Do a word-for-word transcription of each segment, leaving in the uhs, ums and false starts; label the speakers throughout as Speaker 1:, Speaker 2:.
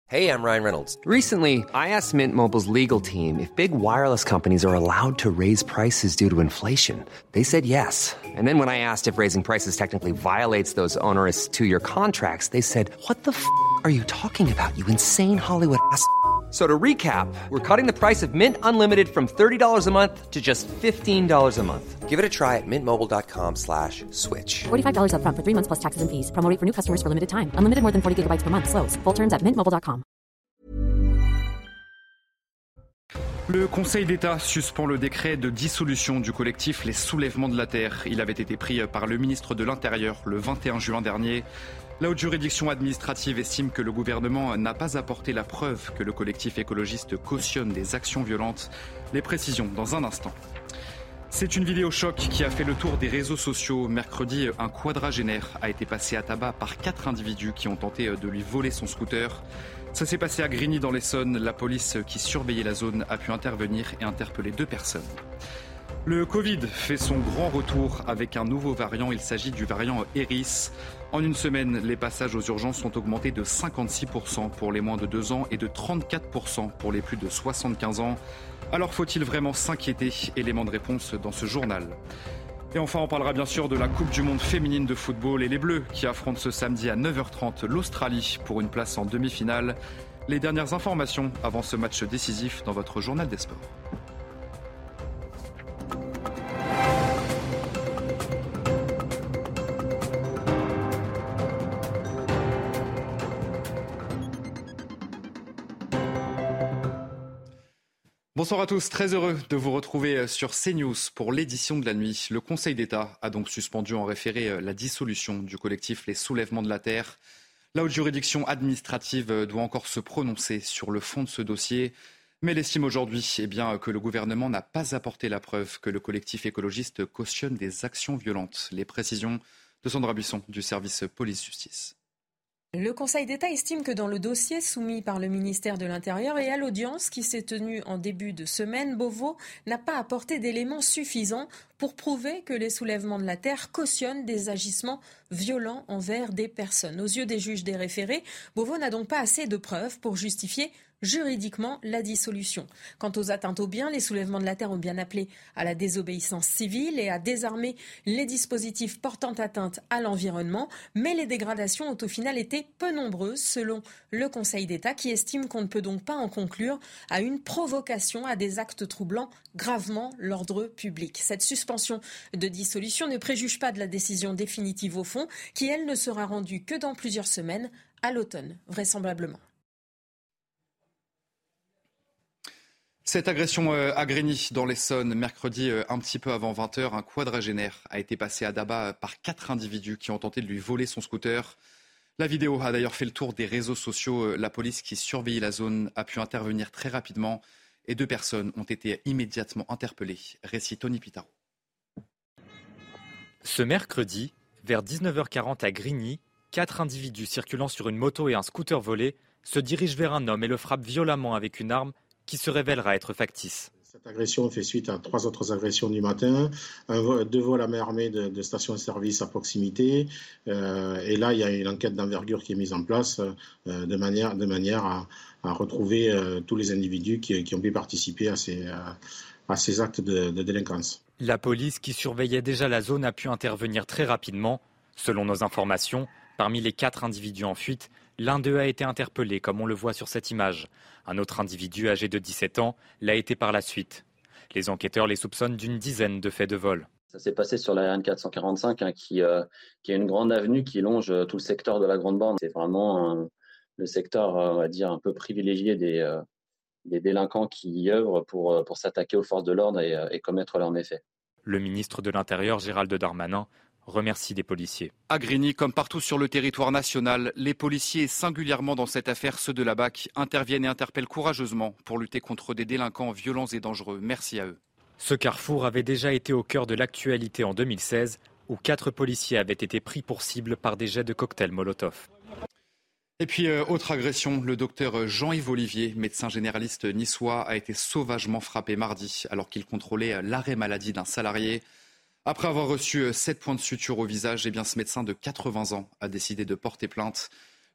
Speaker 1: Hey, I'm Ryan Reynolds.
Speaker 2: Recently, I asked Mint Mobile's legal team if big wireless companies are allowed to raise prices due to inflation. They said yes. And then when I asked if raising prices technically violates those onerous two-year contracts, they said, what the f*** are you talking about, you insane Hollywood ass f- So to recap, we're cutting the price of Mint Unlimited from thirty dollars a month to just fifteen dollars a month.
Speaker 1: Give it a try at mintmobile.com slash switch.
Speaker 3: forty-five dollars up front for three months plus taxes and fees. Promo rate for new customers for limited time. Unlimited more than forty gigabytes per month. Slows full terms at mint mobile dot com.
Speaker 4: Le Conseil d'État suspend le décret de dissolution du collectif Les Soulèvements de la Terre. Il avait été pris par le ministre de l'Intérieur le vingt et un juin dernier. La haute juridiction administrative estime que le gouvernement n'a pas apporté la preuve que le collectif écologiste cautionne des actions violentes. Les précisions dans un instant. C'est une vidéo choc qui a fait le tour des réseaux sociaux. Mercredi, un quadragénaire a été passé à tabac par quatre individus qui ont tenté de lui voler son scooter. Ça s'est passé à Grigny dans l'Essonne. La police qui surveillait la zone a pu intervenir et interpeller deux personnes. Le Covid fait son grand retour avec un nouveau variant. Il s'agit du variant Eris. En une semaine, les passages aux urgences ont augmenté de cinquante-six pour cent pour les moins de deux ans et de trente-quatre pour cent pour les plus de soixante-quinze ans. Alors faut-il vraiment s'inquiéter ? Élément de réponse dans ce journal. Et enfin, on parlera bien sûr de la Coupe du Monde féminine de football et les Bleus qui affrontent ce samedi à neuf heures trente l'Australie pour une place en demi-finale. Les dernières informations avant ce match décisif dans votre journal des sports. Bonsoir à tous, très heureux de vous retrouver sur CNews pour l'édition de la nuit. Le Conseil d'État a donc suspendu en référé la dissolution du collectif Les Soulèvements de la Terre. La haute juridiction administrative doit encore se prononcer sur le fond de ce dossier, mais elle estime aujourd'hui eh bien, que le gouvernement n'a pas apporté la preuve que le collectif écologiste cautionne des actions violentes. Les précisions de Sandra Buisson du service police-justice.
Speaker 5: Le Conseil d'État estime que dans le dossier soumis par le ministère de l'Intérieur et à l'audience qui s'est tenue en début de semaine, Beauvau n'a pas apporté d'éléments suffisants pour prouver que les soulèvements de la Terre cautionnent des agissements violents envers des personnes. Aux yeux des juges des référés, Beauvau n'a donc pas assez de preuves pour justifier juridiquement la dissolution. Quant aux atteintes aux biens, les soulèvements de la Terre ont bien appelé à la désobéissance civile et à désarmer les dispositifs portant atteinte à l'environnement, mais les dégradations ont au final été peu nombreuses selon le Conseil d'État qui estime qu'on ne peut donc pas en conclure à une provocation à des actes troublant gravement l'ordre public. Cette suspension de dissolution ne préjuge pas de la décision définitive au fond qui, elle, ne sera rendue que dans plusieurs semaines, à l'automne, vraisemblablement.
Speaker 4: Cette agression à Grigny dans l'Essonne, mercredi un petit peu avant vingt heures, un quadragénaire a été passé à tabac par quatre individus qui ont tenté de lui voler son scooter. La vidéo a d'ailleurs fait le tour des réseaux sociaux. La police qui surveillait la zone a pu intervenir très rapidement et deux personnes ont été immédiatement interpellées. Récit Tony Pitaro.
Speaker 6: Ce mercredi, vers dix-neuf heures quarante à Grigny, quatre individus circulant sur une moto et un scooter volé se dirigent vers un homme et le frappent violemment avec une arme qui se révélera être factice.
Speaker 7: Cette agression fait suite à trois autres agressions du matin, un vol, deux vols à main armée de, de stations-service à proximité. Euh, et là, il y a une enquête d'envergure qui est mise en place euh, de manière, de manière à, à retrouver euh, tous les individus qui, qui ont pu participer à ces, à, à ces actes de, de délinquance.
Speaker 6: La police qui surveillait déjà la zone a pu intervenir très rapidement. Selon nos informations, parmi les quatre individus en fuite, l'un d'eux a été interpellé, comme on le voit sur cette image. Un autre individu âgé de dix-sept ans l'a été par la suite. Les enquêteurs les soupçonnent d'une dizaine de faits de vol.
Speaker 8: Ça s'est passé sur la R N quatre cent quarante-cinq, hein, qui, euh, qui est une grande avenue qui longe euh, tout le secteur de la Grande Borne. C'est vraiment euh, le secteur, euh, on va dire, un peu privilégié des, euh, des délinquants qui y œuvrent pour, euh, pour s'attaquer aux forces de l'ordre et, euh, et commettre leurs méfaits.
Speaker 6: Le ministre de l'Intérieur, Gérald Darmanin, remercie des policiers.
Speaker 4: À Grigny, comme partout sur le territoire national, les policiers, et singulièrement dans cette affaire, ceux de la B A C, interviennent et interpellent courageusement pour lutter contre des délinquants violents et dangereux. Merci à eux.
Speaker 6: Ce carrefour avait déjà été au cœur de l'actualité en deux mille seize, où quatre policiers avaient été pris pour cible par des jets de cocktails Molotov.
Speaker 4: Et puis, euh, autre agression, le docteur Jean-Yves Olivier, médecin généraliste niçois, a été sauvagement frappé mardi alors qu'il contrôlait l'arrêt maladie d'un salarié. Après avoir reçu sept points de suture au visage, eh bien, ce médecin de quatre-vingts ans a décidé de porter plainte.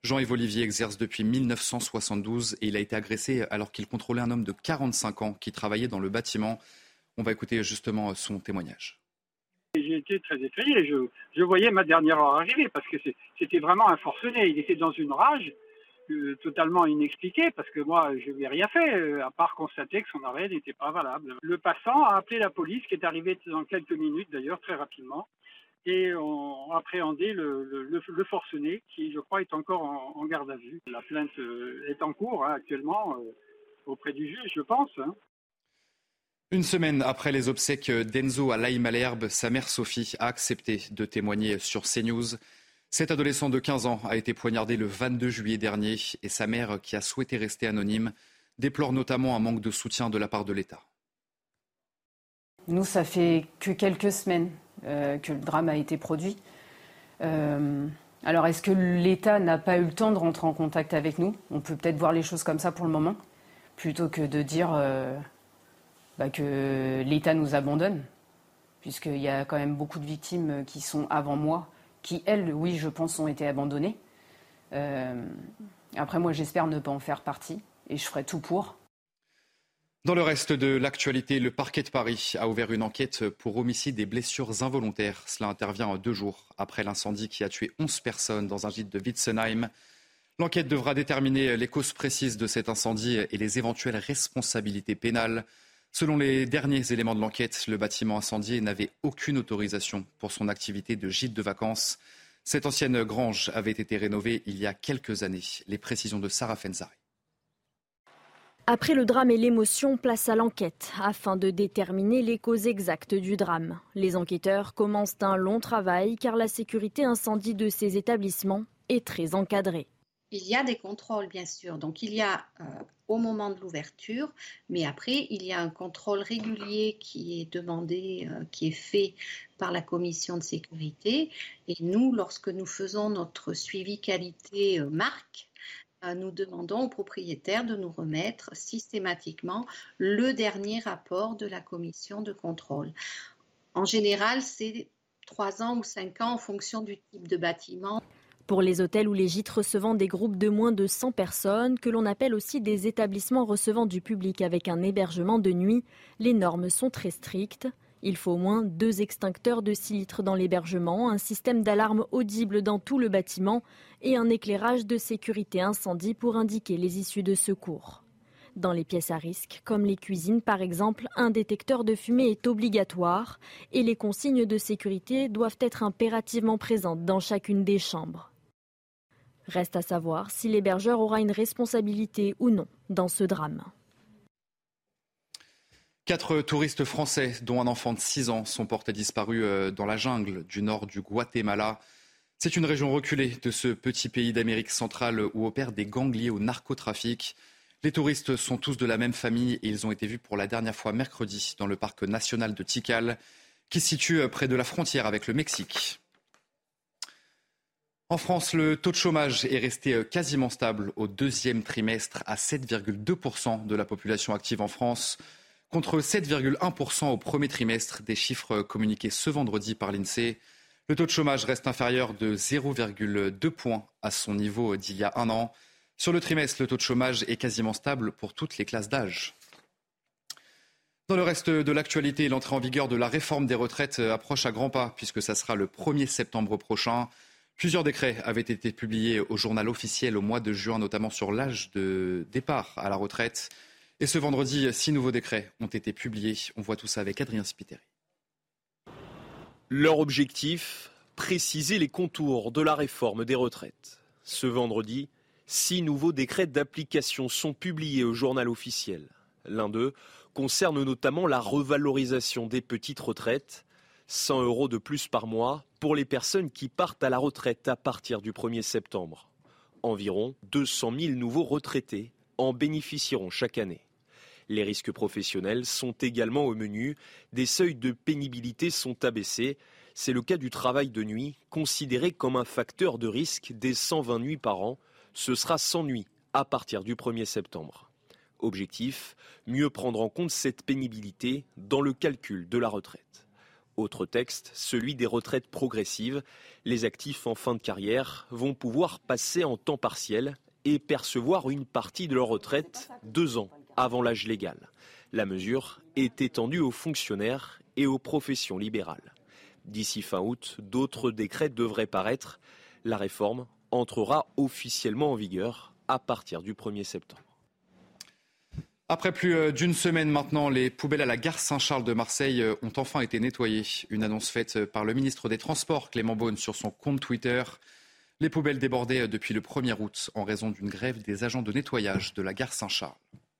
Speaker 4: Jean-Yves Olivier exerce depuis mille neuf cent soixante-douze et il a été agressé alors qu'il contrôlait un homme de quarante-cinq ans qui travaillait dans le bâtiment. On va écouter justement son témoignage.
Speaker 9: J'ai été très effrayé. Je, je voyais ma dernière heure arriver parce que c'était vraiment un forcené. Il était dans une rage euh, totalement inexpliquée parce que moi, je n'ai rien fait euh, à part constater que son arrêt n'était pas valable. Le passant a appelé la police qui est arrivée dans quelques minutes d'ailleurs, très rapidement. Et on a appréhendé le, le, le forcené qui, je crois, est encore en, en garde à vue. La plainte euh, est en cours hein, actuellement euh, auprès du juge, je pense. Hein.
Speaker 4: Une semaine après les obsèques d'Enzo à Laï-Malherbe, sa mère Sophie a accepté de témoigner sur CNews. Cet adolescent de quinze ans a été poignardé le vingt-deux juillet dernier et sa mère, qui a souhaité rester anonyme, déplore notamment un manque de soutien de la part de l'État.
Speaker 10: Nous, ça fait que quelques semaines euh, que le drame a été produit. Euh, alors, est-ce que l'État n'a pas eu le temps de rentrer en contact avec nous ? On peut peut-être voir les choses comme ça pour le moment, plutôt que de dire euh, bah, que l'État nous abandonne, puisqu'il y a quand même beaucoup de victimes qui sont avant moi, qui, elles, oui, je pense, ont été abandonnées. Euh, après, moi, j'espère ne pas en faire partie, et je ferai tout pour.
Speaker 4: Dans le reste de l'actualité, le parquet de Paris a ouvert une enquête pour homicide et blessures involontaires. Cela intervient deux jours après l'incendie qui a tué onze personnes dans un gîte de Witzenheim. L'enquête devra déterminer les causes précises de cet incendie et les éventuelles responsabilités pénales. Selon les derniers éléments de l'enquête, le bâtiment incendié n'avait aucune autorisation pour son activité de gîte de vacances. Cette ancienne grange avait été rénovée il y a quelques années. Les précisions de Sarah Fenzari.
Speaker 11: Après le drame et l'émotion, place à l'enquête afin de déterminer les causes exactes du drame. Les enquêteurs commencent un long travail car la sécurité incendie de ces établissements est très encadrée.
Speaker 12: Il y a des contrôles, bien sûr. Donc, il y a euh, au moment de l'ouverture, mais après, il y a un contrôle régulier qui est demandé, euh, qui est fait par la commission de sécurité. Et nous, lorsque nous faisons notre suivi qualité euh, marque, euh, nous demandons aux propriétaires de nous remettre systématiquement le dernier rapport de la commission de contrôle. En général, c'est trois ans ou cinq ans en fonction du type de bâtiment.
Speaker 11: Pour les hôtels ou les gîtes recevant des groupes de moins de cent personnes, que l'on appelle aussi des établissements recevant du public avec un hébergement de nuit, les normes sont très strictes. Il faut au moins deux extincteurs de six litres dans l'hébergement, un système d'alarme audible dans tout le bâtiment et un éclairage de sécurité incendie pour indiquer les issues de secours. Dans les pièces à risque, comme les cuisines par exemple, un détecteur de fumée est obligatoire et les consignes de sécurité doivent être impérativement présentes dans chacune des chambres. Reste à savoir si l'hébergeur aura une responsabilité ou non dans ce drame.
Speaker 4: Quatre touristes français, dont un enfant de six ans, sont portés disparus dans la jungle du nord du Guatemala. C'est une région reculée de ce petit pays d'Amérique centrale où opèrent des gangs liés au narcotrafic. Les touristes sont tous de la même famille et ils ont été vus pour la dernière fois mercredi dans le parc national de Tikal, qui se situe près de la frontière avec le Mexique. En France, le taux de chômage est resté quasiment stable au deuxième trimestre à sept virgule deux pour cent de la population active en France, contre sept virgule un pour cent au premier trimestre, des chiffres communiqués ce vendredi par l'INSEE. Le taux de chômage reste inférieur de zéro virgule deux points à son niveau d'il y a un an. Sur le trimestre, le taux de chômage est quasiment stable pour toutes les classes d'âge. Dans le reste de l'actualité, l'entrée en vigueur de la réforme des retraites approche à grands pas, puisque ça sera le premier septembre prochain. Plusieurs décrets avaient été publiés au journal officiel au mois de juin, notamment sur l'âge de départ à la retraite. Et ce vendredi, six nouveaux décrets ont été publiés. On voit tout ça avec Adrien Spiteri.
Speaker 13: Leur objectif, préciser les contours de la réforme des retraites. Ce vendredi, six nouveaux décrets d'application sont publiés au journal officiel. L'un d'eux concerne notamment la revalorisation des petites retraites. cent euros de plus par mois pour les personnes qui partent à la retraite à partir du premier septembre. Environ deux cent mille nouveaux retraités en bénéficieront chaque année. Les risques professionnels sont également au menu. Des seuils de pénibilité sont abaissés. C'est le cas du travail de nuit, considéré comme un facteur de risque des cent vingt nuits par an. Ce sera cent nuits à partir du premier septembre. Objectif, mieux prendre en compte cette pénibilité dans le calcul de la retraite. Autre texte, celui des retraites progressives. Les actifs en fin de carrière vont pouvoir passer en temps partiel et percevoir une partie de leur retraite deux ans avant l'âge légal. La mesure est étendue aux fonctionnaires et aux professions libérales. D'ici fin août, d'autres décrets devraient paraître. La réforme entrera officiellement en vigueur à partir du premier septembre.
Speaker 4: Après plus d'une semaine maintenant, les poubelles à la gare Saint-Charles de Marseille ont enfin été nettoyées. Une annonce faite par le ministre des Transports, Clément Beaune, sur son compte Twitter. Les poubelles débordaient depuis le premier août en raison d'une grève des agents de nettoyage de la gare Saint-Charles.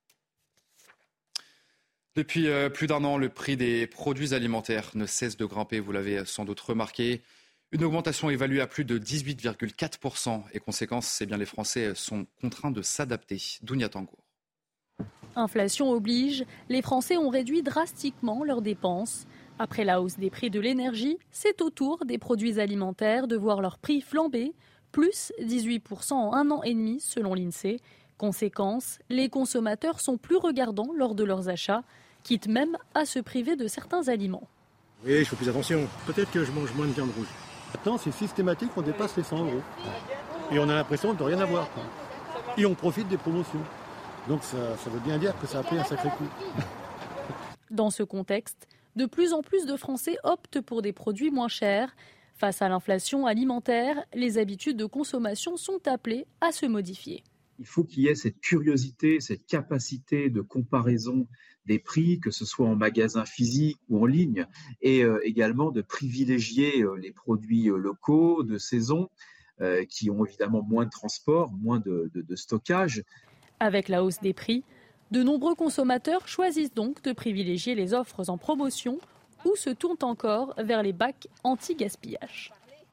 Speaker 4: Depuis plus d'un an, le prix des produits alimentaires ne cesse de grimper, vous l'avez sans doute remarqué. Une augmentation évaluée à plus de dix-huit virgule quatre pour cent. Et conséquence, c'est bien les Français sont contraints de s'adapter. Dounia Tangour.
Speaker 14: Inflation oblige, les Français ont réduit drastiquement leurs dépenses. Après la hausse des prix de l'énergie, c'est au tour des produits alimentaires de voir leur prix flamber, plus dix-huit pour cent en un an et demi selon l'INSEE. Conséquence, les consommateurs sont plus regardants lors de leurs achats, quitte même à se priver de certains aliments.
Speaker 15: Oui, je fais plus attention. Peut-être que je mange moins de viande rouge. Maintenant, c'est systématique, on dépasse les cent euros. Et on a l'impression de rien avoir. Quoi. Et on profite des promotions. Donc ça, ça veut bien dire que ça a pris un sacré coup.
Speaker 14: Dans ce contexte, de plus en plus de Français optent pour des produits moins chers. Face à l'inflation alimentaire, les habitudes de consommation sont appelées à se modifier.
Speaker 16: Il faut qu'il y ait cette curiosité, cette capacité de comparaison des prix, que ce soit en magasin physique ou en ligne, et euh, également de privilégier euh, les produits euh, locaux, de saison, euh, qui ont évidemment moins de transport, moins de, de, de stockage.
Speaker 14: Avec la hausse des prix, de nombreux consommateurs choisissent donc de privilégier les offres en promotion ou se tournent encore vers les bacs anti-gaspillage.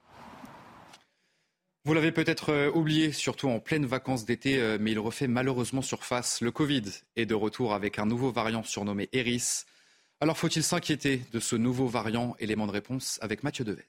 Speaker 4: Vous l'avez peut-être oublié, surtout en pleine vacances d'été, mais il refait malheureusement surface. Le Covid est de retour avec un nouveau variant surnommé Eris. Alors faut-il s'inquiéter de ce nouveau variant? Élément de réponse avec Mathieu Devez.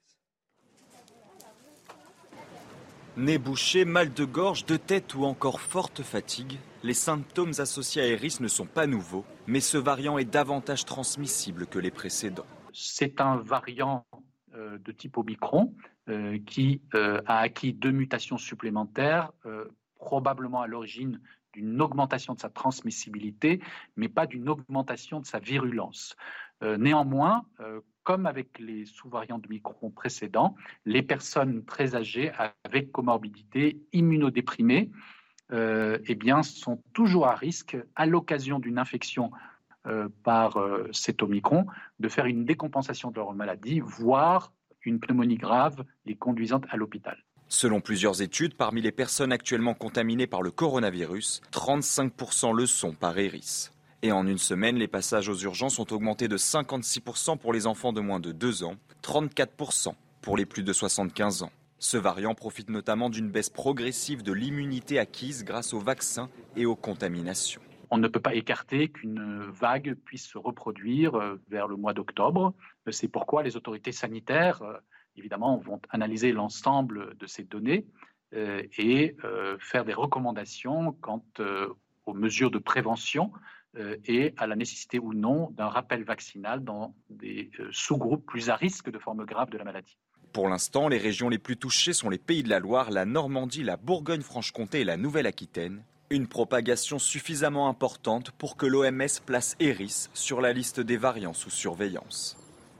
Speaker 17: Nez bouché, mal de gorge, de tête ou encore forte fatigue, les symptômes associés à Eris ne sont pas nouveaux, mais ce variant est davantage transmissible que les précédents.
Speaker 18: C'est un variant euh, de type Omicron euh, qui euh, a acquis deux mutations supplémentaires, euh, probablement à l'origine d'une augmentation de sa transmissibilité, mais pas d'une augmentation de sa virulence. Euh, néanmoins, euh, comme avec les sous-variants de Omicron précédents, les personnes très âgées avec comorbidité immunodéprimées euh, eh bien, sont toujours à risque, à l'occasion d'une infection euh, par euh, cet Omicron, de faire une décompensation de leur maladie, voire une pneumonie grave les conduisant à l'hôpital.
Speaker 17: Selon plusieurs études, parmi les personnes actuellement contaminées par le coronavirus, trente-cinq pour cent le sont par Eris. Et en une semaine, les passages aux urgences ont augmenté de cinquante-six pour cent pour les enfants de moins de deux ans, trente-quatre pour cent pour les plus de soixante-quinze ans. Ce variant profite notamment d'une baisse progressive de l'immunité acquise grâce aux vaccins et aux contaminations.
Speaker 18: On ne peut pas écarter qu'une vague puisse se reproduire vers le mois d'octobre. C'est pourquoi les autorités sanitaires, évidemment, vont analyser l'ensemble de ces données et faire des recommandations quant aux mesures de prévention et à la nécessité ou non d'un rappel vaccinal dans des sous-groupes plus à risque de formes graves de la maladie.
Speaker 17: Pour l'instant, les régions les plus touchées sont les Pays de la Loire, la Normandie, la Bourgogne-Franche-Comté et la Nouvelle-Aquitaine. Une propagation suffisamment importante pour que l'O M S place Eris sur la liste des variants sous surveillance.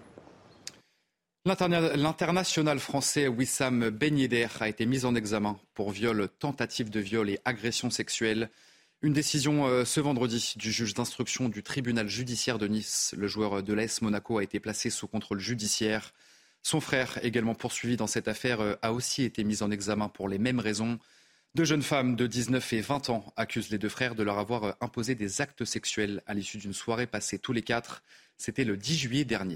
Speaker 4: L'interna- L'international français Wissam Ben Yedder a été mis en examen pour viol, tentative de viol et agression sexuelle. Une décision euh, ce vendredi du juge d'instruction du tribunal judiciaire de Nice. Le joueur de l'A S Monaco a été placé sous contrôle judiciaire. Son frère, également poursuivi dans cette affaire, euh, a aussi été mis en examen pour les mêmes raisons. Deux jeunes femmes de dix-neuf et vingt ans accusent les deux frères de leur avoir euh, imposé des actes sexuels à l'issue d'une soirée passée tous les quatre. C'était le dix juillet dernier.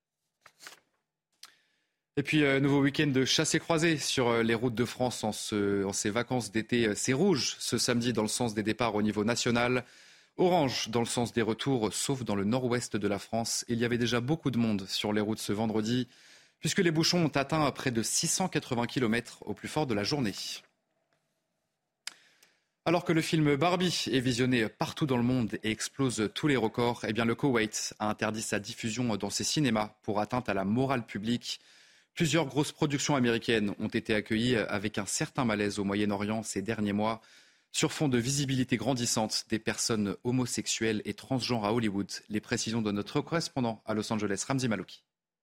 Speaker 4: Et puis, euh, nouveau week-end de chassé-croisé sur euh, les routes de France en, ce, en ces vacances d'été. C'est rouge ce samedi dans le sens des départs au niveau national. Orange dans le sens des retours, sauf dans le nord-ouest de la France. Il y avait déjà beaucoup de monde sur les routes ce vendredi, puisque les bouchons ont atteint près de six cent quatre-vingts kilomètres au plus fort de la journée. Alors que le film Barbie est visionné partout dans le monde et explose tous les records, eh bien le Koweït a interdit sa diffusion dans ses cinémas pour atteinte à la morale publique. Plusieurs grosses productions américaines ont été accueillies avec un certain malaise au Moyen-Orient ces derniers mois, sur fond de visibilité grandissante des personnes homosexuelles et transgenres à Hollywood. Les précisions de notre correspondant à Los Angeles, Ramzi Malouki.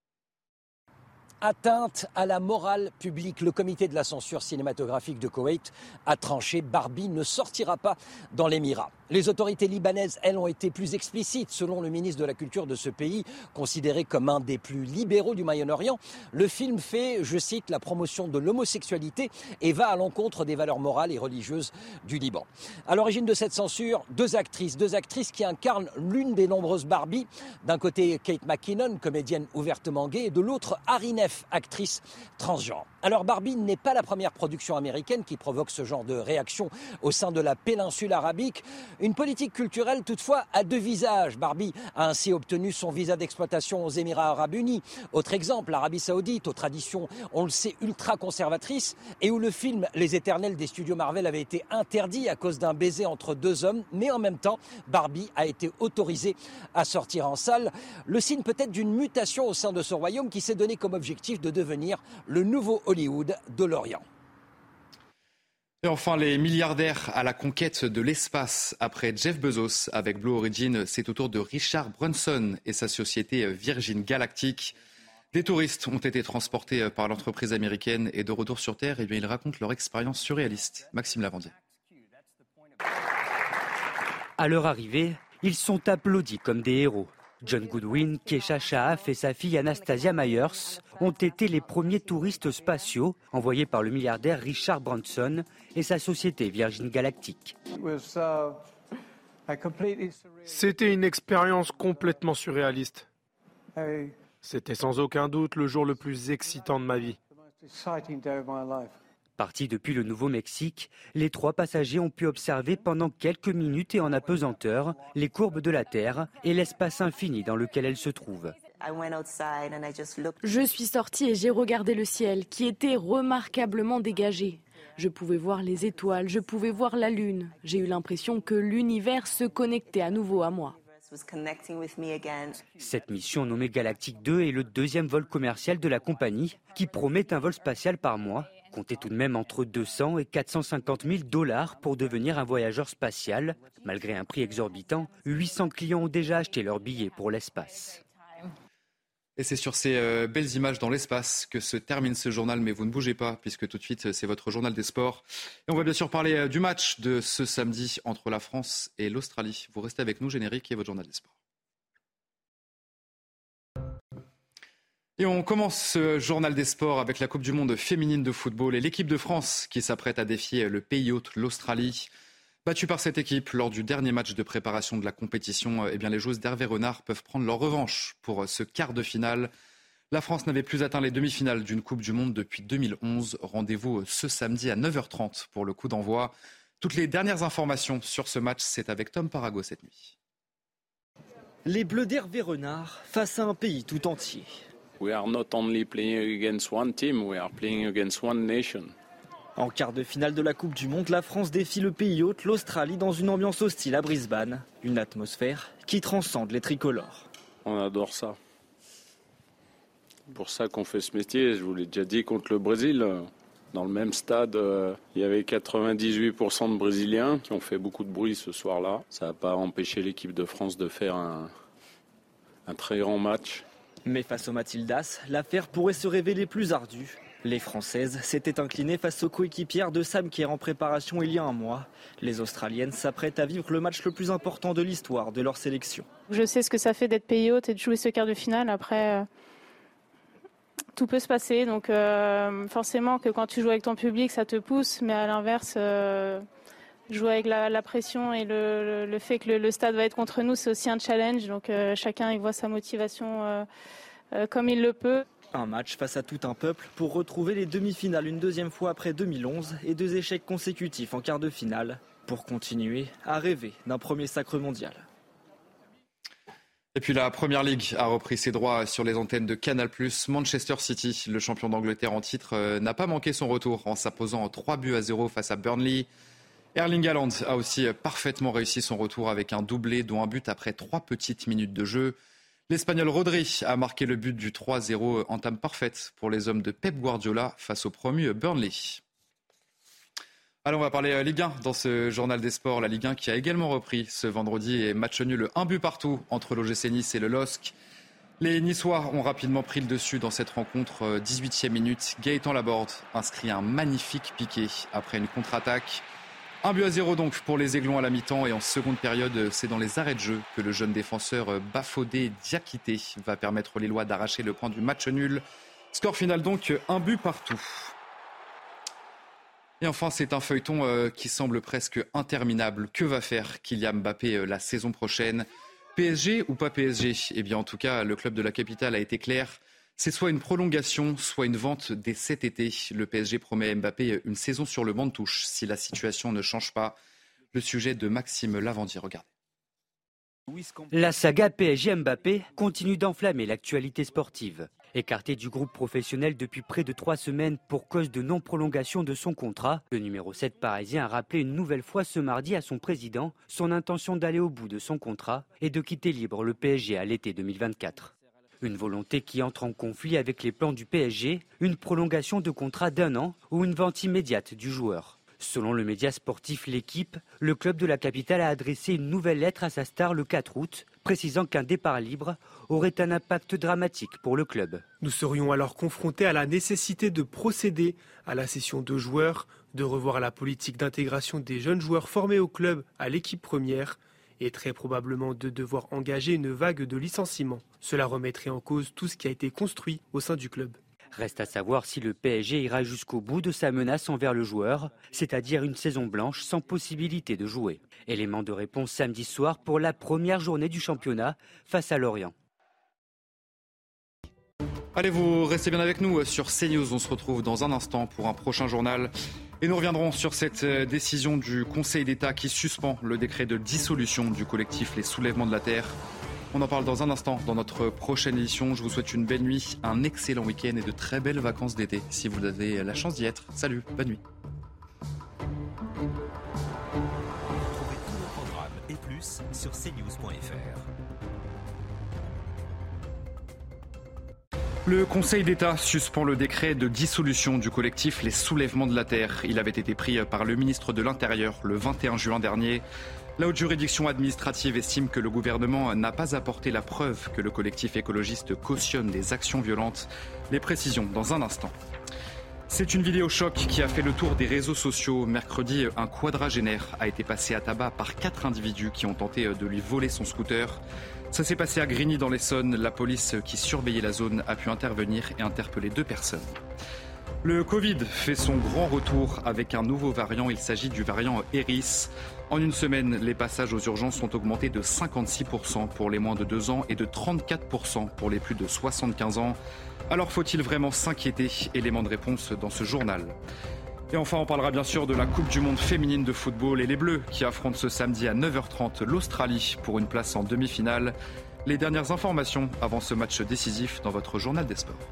Speaker 19: Atteinte à la morale publique. Le comité de la censure cinématographique de Koweït a tranché. Barbie ne sortira pas dans l'Émirat. Les autorités libanaises, elles, ont été plus explicites. Selon le ministre de la Culture de ce pays, considéré comme un des plus libéraux du Moyen-Orient, le film fait, je cite, la promotion de l'homosexualité et va à l'encontre des valeurs morales et religieuses du Liban. À l'origine de cette censure, deux actrices, deux actrices qui incarnent l'une des nombreuses Barbie. D'un côté, Kate McKinnon, comédienne ouvertement gay, et de l'autre, Hari Nef, actrice transgenre. Alors Barbie n'est pas la première production américaine qui provoque ce genre de réaction au sein de la péninsule arabique. Une politique culturelle toutefois à deux visages. Barbie a ainsi obtenu son visa d'exploitation aux Émirats arabes unis. Autre exemple, l'Arabie saoudite, aux traditions, on le sait, ultra-conservatrices, et où le film Les Éternels des studios Marvel avait été interdit à cause d'un baiser entre deux hommes. Mais en même temps, Barbie a été autorisée à sortir en salle. Le signe peut-être d'une mutation au sein de ce royaume qui s'est donné comme objectif de devenir le nouveau Hollywood de l'Orient.
Speaker 4: Et enfin, les milliardaires à la conquête de l'espace. Après Jeff Bezos avec Blue Origin, c'est au tour de Richard Branson et sa société Virgin Galactic. Des touristes ont été transportés par l'entreprise américaine et de retour sur Terre, eh bien, ils racontent leur expérience surréaliste. Maxime Lavandier.
Speaker 20: À leur arrivée, ils sont applaudis comme des héros. John Goodwin, Keisha Shahaf et sa fille Anastasia Myers ont été les premiers touristes spatiaux envoyés par le milliardaire Richard Branson et sa société Virgin Galactic.
Speaker 21: C'était une expérience complètement surréaliste. C'était sans aucun doute le jour le plus excitant de ma vie.
Speaker 20: Partis depuis le Nouveau-Mexique, les trois passagers ont pu observer pendant quelques minutes et en apesanteur les courbes de la Terre et l'espace infini dans lequel elle se trouve.
Speaker 22: Je suis sortie et j'ai regardé le ciel qui était remarquablement dégagé. Je pouvais voir les étoiles, je pouvais voir la Lune. J'ai eu l'impression que l'univers se connectait à nouveau à moi.
Speaker 20: Cette mission nommée Galactic deux est le deuxième vol commercial de la compagnie qui promet un vol spatial par mois. Comptez tout de même entre deux cents et quatre cent cinquante mille dollars pour devenir un voyageur spatial. Malgré un prix exorbitant, huit cents clients ont déjà acheté leur billet pour l'espace.
Speaker 4: Et c'est sur ces euh, belles images dans l'espace que se termine ce journal, mais vous ne bougez pas puisque tout de suite c'est votre journal des sports. Et on va bien sûr parler euh, du match de ce samedi entre la France et l'Australie. Vous restez avec nous, générique, et votre journal des sports. Et on commence ce journal des sports avec la Coupe du Monde féminine de football et l'équipe de France qui s'apprête à défier le pays hôte, l'Australie. Battue par cette équipe lors du dernier match de préparation de la compétition, eh bien les joueuses d'Hervé Renard peuvent prendre leur revanche pour ce quart de finale. La France n'avait plus atteint les demi-finales d'une Coupe du Monde depuis deux mille onze. Rendez-vous ce samedi à neuf heures trente pour le coup d'envoi. Toutes les dernières informations sur ce match, c'est avec Tom Parago cette nuit.
Speaker 23: Les Bleus d'Hervé Renard face à un pays tout entier.
Speaker 24: We are not only playing against one team, we are playing against one nation.
Speaker 23: En quart de finale de la Coupe du Monde, la France défie le pays hôte, l'Australie, dans une ambiance hostile à Brisbane. Une atmosphère qui transcende les tricolores.
Speaker 24: On adore ça. C'est pour ça qu'on fait ce métier. Je vous l'ai déjà dit, contre le Brésil. Dans le même stade, il y avait quatre-vingt-dix-huit pour cent de Brésiliens qui ont fait beaucoup de bruit ce soir-là. Ça n'a pas empêché l'équipe de France de faire un, un très grand match.
Speaker 23: Mais face aux Matildas, l'affaire pourrait se révéler plus ardue. Les Françaises s'étaient inclinées face aux coéquipières de Sam Kerr en préparation il y a un mois. Les Australiennes s'apprêtent à vivre le match le plus important de l'histoire de leur sélection.
Speaker 25: Je sais ce que ça fait d'être pays hôte et de jouer ce quart de finale. Après, euh, tout peut se passer. Donc euh, forcément que quand tu joues avec ton public, ça te pousse. Mais à l'inverse, euh, jouer avec la, la pression et le, le, le fait que le, le stade va être contre nous, c'est aussi un challenge. Donc euh, chacun y voit sa motivation euh, euh, comme il le peut.
Speaker 23: Un match face à tout un peuple pour retrouver les demi-finales une deuxième fois après deux mille onze et deux échecs consécutifs en quart de finale pour continuer à rêver d'un premier sacre mondial.
Speaker 4: Et puis la Première Ligue a repris ses droits sur les antennes de Canal plus. Manchester City, le champion d'Angleterre en titre, n'a pas manqué son retour en s'imposant en trois buts à zéro face à Burnley. Erling Haaland a aussi parfaitement réussi son retour avec un doublé, dont un but après trois petites minutes de jeu. L'Espagnol Rodri a marqué le but du trois zéro, entame parfaite pour les hommes de Pep Guardiola face au promu Burnley. Allez, on va parler Ligue un dans ce journal des sports. La Ligue un qui a également repris ce vendredi et match nul un but partout entre l'O G C Nice et le L O S C. Les Niçois ont rapidement pris le dessus dans cette rencontre. dix-huitième minute, Gaëtan Laborde inscrit un magnifique piqué après une contre-attaque. Un but à zéro donc pour les Aiglons à la mi-temps et en seconde période, c'est dans les arrêts de jeu que le jeune défenseur Bafodé Diakité va permettre aux Lillois d'arracher le point du match nul. Score final donc, un but partout. Et enfin, c'est un feuilleton euh, qui semble presque interminable. Que va faire Kylian Mbappé euh, la saison prochaine ? P S G ou pas P S G ? Eh bien, en tout cas, le club de la capitale a été clair. C'est soit une prolongation, soit une vente dès cet été. Le P S G promet à Mbappé une saison sur le banc de touche si la situation ne change pas. Le sujet de Maxime Lavandier, regardez.
Speaker 20: La saga P S G Mbappé continue d'enflammer l'actualité sportive. Écarté du groupe professionnel depuis près de trois semaines pour cause de non-prolongation de son contrat, le numéro sept parisien a rappelé une nouvelle fois ce mardi à son président son intention d'aller au bout de son contrat et de quitter libre le P S G à l'été deux mille vingt-quatre. Une volonté qui entre en conflit avec les plans du P S G, une prolongation de contrat d'un an ou une vente immédiate du joueur. Selon le média sportif L'Équipe, le club de la capitale a adressé une nouvelle lettre à sa star le quatre août, précisant qu'un départ libre aurait un impact dramatique pour le club.
Speaker 1: Nous serions alors confrontés à la nécessité de procéder à la cession de joueurs, de revoir la politique d'intégration des jeunes joueurs formés au club à l'équipe première et très probablement de devoir engager une vague de licenciements. Cela remettrait en cause tout ce qui a été construit au sein du club.
Speaker 20: Reste à savoir si le P S G ira jusqu'au bout de sa menace envers le joueur, c'est-à-dire une saison blanche sans possibilité de jouer. Élément de réponse samedi soir pour la première journée du championnat face à Lorient.
Speaker 4: Allez, vous restez bien avec nous sur CNews. On se retrouve dans un instant pour un prochain journal. Et nous reviendrons sur cette décision du Conseil d'État qui suspend le décret de dissolution du collectif Les Soulèvements de la Terre. On en parle dans un instant dans notre prochaine édition. Je vous souhaite une belle nuit, un excellent week-end et de très belles vacances d'été si vous avez la chance d'y être. Salut, bonne nuit.
Speaker 2: Retrouvez tous nos programmes et plus sur c news point f r.
Speaker 4: Le Conseil d'État suspend le décret de dissolution du collectif Les Soulèvements de la Terre. Il avait été pris par le ministre de l'Intérieur le vingt et un juin dernier. La haute juridiction administrative estime que le gouvernement n'a pas apporté la preuve que le collectif écologiste cautionne des actions violentes. Les précisions dans un instant. C'est une vidéo choc qui a fait le tour des réseaux sociaux. Mercredi, un quadragénaire a été passé à tabac par quatre individus qui ont tenté de lui voler son scooter. Ça s'est passé à Grigny dans l'Essonne. La police qui surveillait la zone a pu intervenir et interpeller deux personnes. Le Covid fait son grand retour avec un nouveau variant. Il s'agit du variant Eris. En une semaine, les passages aux urgences ont augmenté de cinquante-six pour cent pour les moins de deux ans et de trente-quatre pour cent pour les plus de soixante-quinze ans. Alors faut-il vraiment s'inquiéter ? Élément de réponse dans ce journal. Et enfin, on parlera bien sûr de la Coupe du Monde féminine de football et les Bleus qui affrontent ce samedi à neuf heures trente l'Australie pour une place en demi-finale. Les dernières informations avant ce match décisif dans votre journal des sports.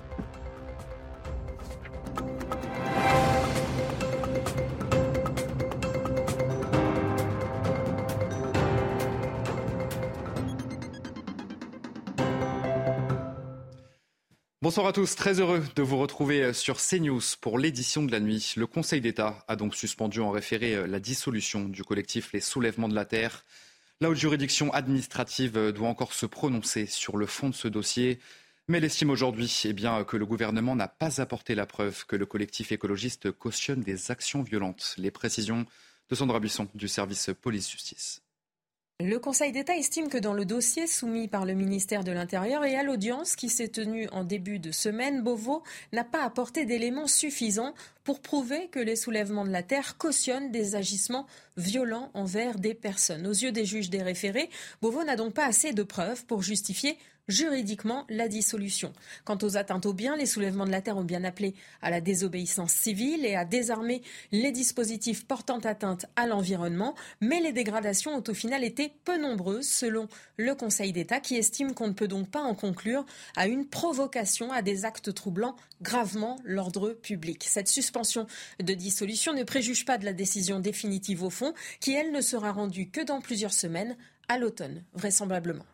Speaker 4: Bonsoir à tous, très heureux de vous retrouver sur CNews pour l'édition de la nuit. Le Conseil d'État a donc suspendu en référé la dissolution du collectif Les Soulèvements de la Terre. La haute juridiction administrative doit encore se prononcer sur le fond de ce dossier, mais elle estime aujourd'hui eh bien, que le gouvernement n'a pas apporté la preuve que le collectif écologiste cautionne des actions violentes. Les précisions de Sandra Buisson du service police-justice.
Speaker 3: Le Conseil d'État estime que dans le dossier soumis par le ministère de l'Intérieur et à l'audience qui s'est tenue en début de semaine, Beauvau n'a pas apporté d'éléments suffisants pour prouver que les soulèvements de la terre cautionnent des agissements violents envers des personnes. Aux yeux des juges des référés, Beauvau n'a donc pas assez de preuves pour justifier juridiquement la dissolution. Quant aux atteintes aux biens, les soulèvements de la terre ont bien appelé à la désobéissance civile et à désarmer les dispositifs portant atteinte à l'environnement, mais les dégradations ont au final été peu nombreuses selon le Conseil d'État qui estime qu'on ne peut donc pas en conclure à une provocation à des actes troublant gravement l'ordre public. Cette suspension suspension de dissolution ne préjuge pas de la décision définitive au fond, qui elle ne sera rendue que dans plusieurs semaines, à l'automne, vraisemblablement.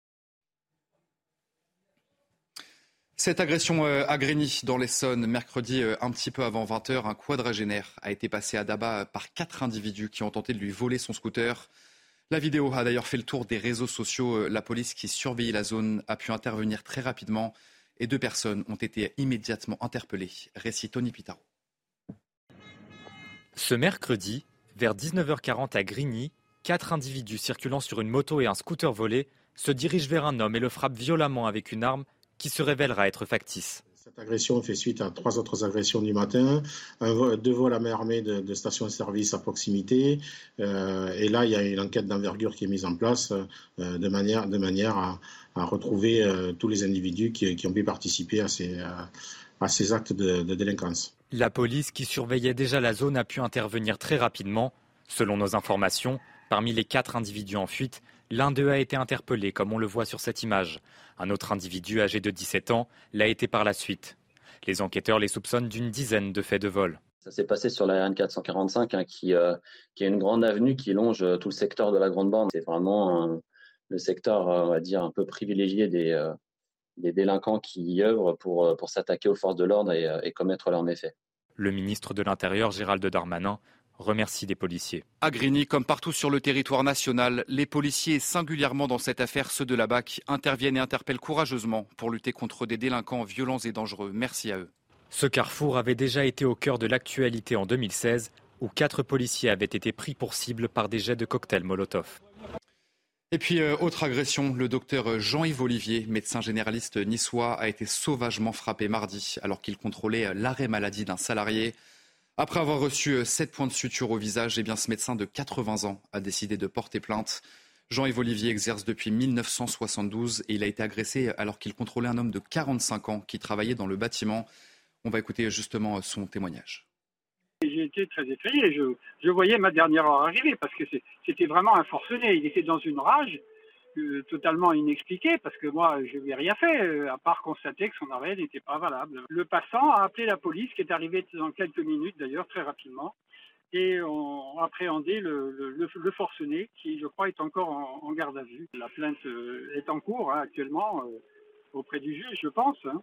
Speaker 4: Cette agression à Grigny, dans l'Essonne, mercredi, un petit peu avant vingt heures, un quadragénaire a été passé à Dabat par quatre individus qui ont tenté de lui voler son scooter. La vidéo a d'ailleurs fait le tour des réseaux sociaux. La police qui surveillait la zone a pu intervenir très rapidement et deux personnes ont été immédiatement interpellées. Récit Tony Pitaro.
Speaker 5: Ce mercredi, vers dix-neuf heures quarante à Grigny, quatre individus circulant sur une moto et un scooter volé se dirigent vers un homme et le frappent violemment avec une arme qui se révélera être factice.
Speaker 6: Cette agression fait suite à trois autres agressions du matin, un vol, deux vols à main armée de, de stations-service à proximité. Euh, et là, il y a une enquête d'envergure qui est mise en place euh, de manière, de manière à, à retrouver euh, tous les individus qui, qui ont pu participer à ces, à, à ces actes de, de délinquance.
Speaker 5: La police qui surveillait déjà la zone a pu intervenir très rapidement. Selon nos informations, parmi les quatre individus en fuite, l'un d'eux a été interpellé, comme on le voit sur cette image. Un autre individu âgé de dix-sept ans l'a été par la suite. Les enquêteurs les soupçonnent d'une dizaine de faits de vol.
Speaker 7: Ça s'est passé sur la R N quatre cent quarante-cinq, hein, qui, euh, qui est une grande avenue qui longe euh, tout le secteur de la Grande Borne. C'est vraiment euh, le secteur, euh, on va dire, un peu privilégié des, euh, des délinquants qui y œuvrent pour, euh, pour s'attaquer aux forces de l'ordre et, euh, et commettre leurs méfaits.
Speaker 5: Le ministre de l'Intérieur, Gérald Darmanin, remercie des policiers.
Speaker 4: À Grigny, comme partout sur le territoire national, les policiers, et singulièrement dans cette affaire, ceux de la B A C, interviennent et interpellent courageusement pour lutter contre des délinquants violents et dangereux. Merci à eux.
Speaker 5: Ce carrefour avait déjà été au cœur de l'actualité en deux mille seize, où quatre policiers avaient été pris pour cible par des jets de cocktails Molotov.
Speaker 4: Et puis, euh, autre agression, le docteur Jean-Yves Olivier, médecin généraliste niçois, a été sauvagement frappé mardi alors qu'il contrôlait l'arrêt maladie d'un salarié. Après avoir reçu sept points de suture au visage, eh bien, ce médecin de quatre-vingts ans a décidé de porter plainte. Jean-Yves Olivier exerce depuis mille neuf cent soixante-douze et il a été agressé alors qu'il contrôlait un homme de quarante-cinq ans qui travaillait dans le bâtiment. On va écouter justement son témoignage.
Speaker 8: J'ai été très effrayé. Je, je voyais ma dernière heure arriver parce que c'était vraiment un forcené. Il était dans une rage euh, totalement inexpliquée parce que moi, je n'avais rien fait euh, à part constater que son arrêt n'était pas valable. Le passant a appelé la police qui est arrivée dans quelques minutes d'ailleurs, très rapidement. Et on a appréhendé le, le, le forcené qui, je crois, est encore en, en garde à vue. La plainte euh, est en cours hein, actuellement euh, auprès du juge, je pense. Hein.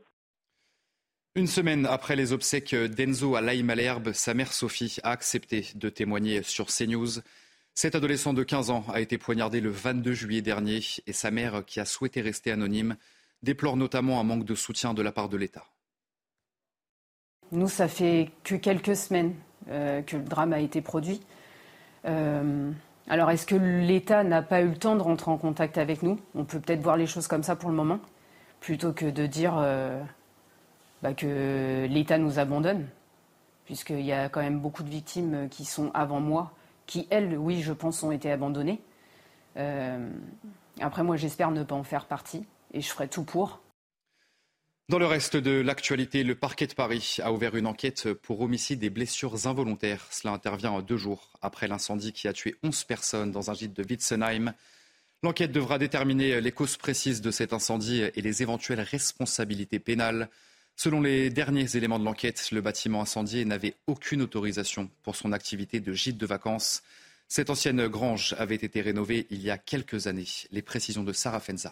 Speaker 4: Une semaine après les obsèques d'Enzo à Laï-Malherbe, sa mère Sophie a accepté de témoigner sur CNews. Cet adolescent de quinze ans a été poignardé le vingt-deux juillet dernier et sa mère, qui a souhaité rester anonyme, déplore notamment un manque de soutien de la part de l'État.
Speaker 10: Nous, ça fait que quelques semaines euh, que le drame a été produit. Euh, alors, est-ce que l'État n'a pas eu le temps de rentrer en contact avec nous ? On peut peut-être voir les choses comme ça pour le moment, plutôt que de dire euh, bah, que l'État nous abandonne, puisqu'il y a quand même beaucoup de victimes qui sont avant moi, qui, elles, oui, je pense, ont été abandonnées. Euh, après, moi, j'espère ne pas en faire partie, et je ferai tout pour.
Speaker 4: Dans le reste de l'actualité, le parquet de Paris a ouvert une enquête pour homicide et blessures involontaires. Cela intervient deux jours après l'incendie qui a tué onze personnes dans un gîte de Witzenheim. L'enquête devra déterminer les causes précises de cet incendie et les éventuelles responsabilités pénales. Selon les derniers éléments de l'enquête, le bâtiment incendié n'avait aucune autorisation pour son activité de gîte de vacances. Cette ancienne grange avait été rénovée il y a quelques années. Les précisions de Sarah Fenzari.